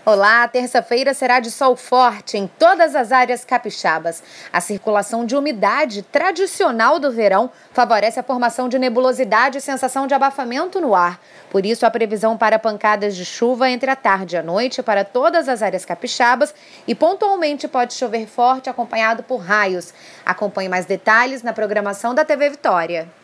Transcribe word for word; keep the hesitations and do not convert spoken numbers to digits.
Olá, terça-feira será de sol forte em todas as áreas capixabas. A circulação de umidade tradicional do verão favorece a formação de nebulosidade e sensação de abafamento no ar. Por isso, a previsão para pancadas de chuva entre a tarde e a noite para todas as áreas capixabas e pontualmente pode chover forte acompanhado por raios. Acompanhe mais detalhes na programação da T V Vitória.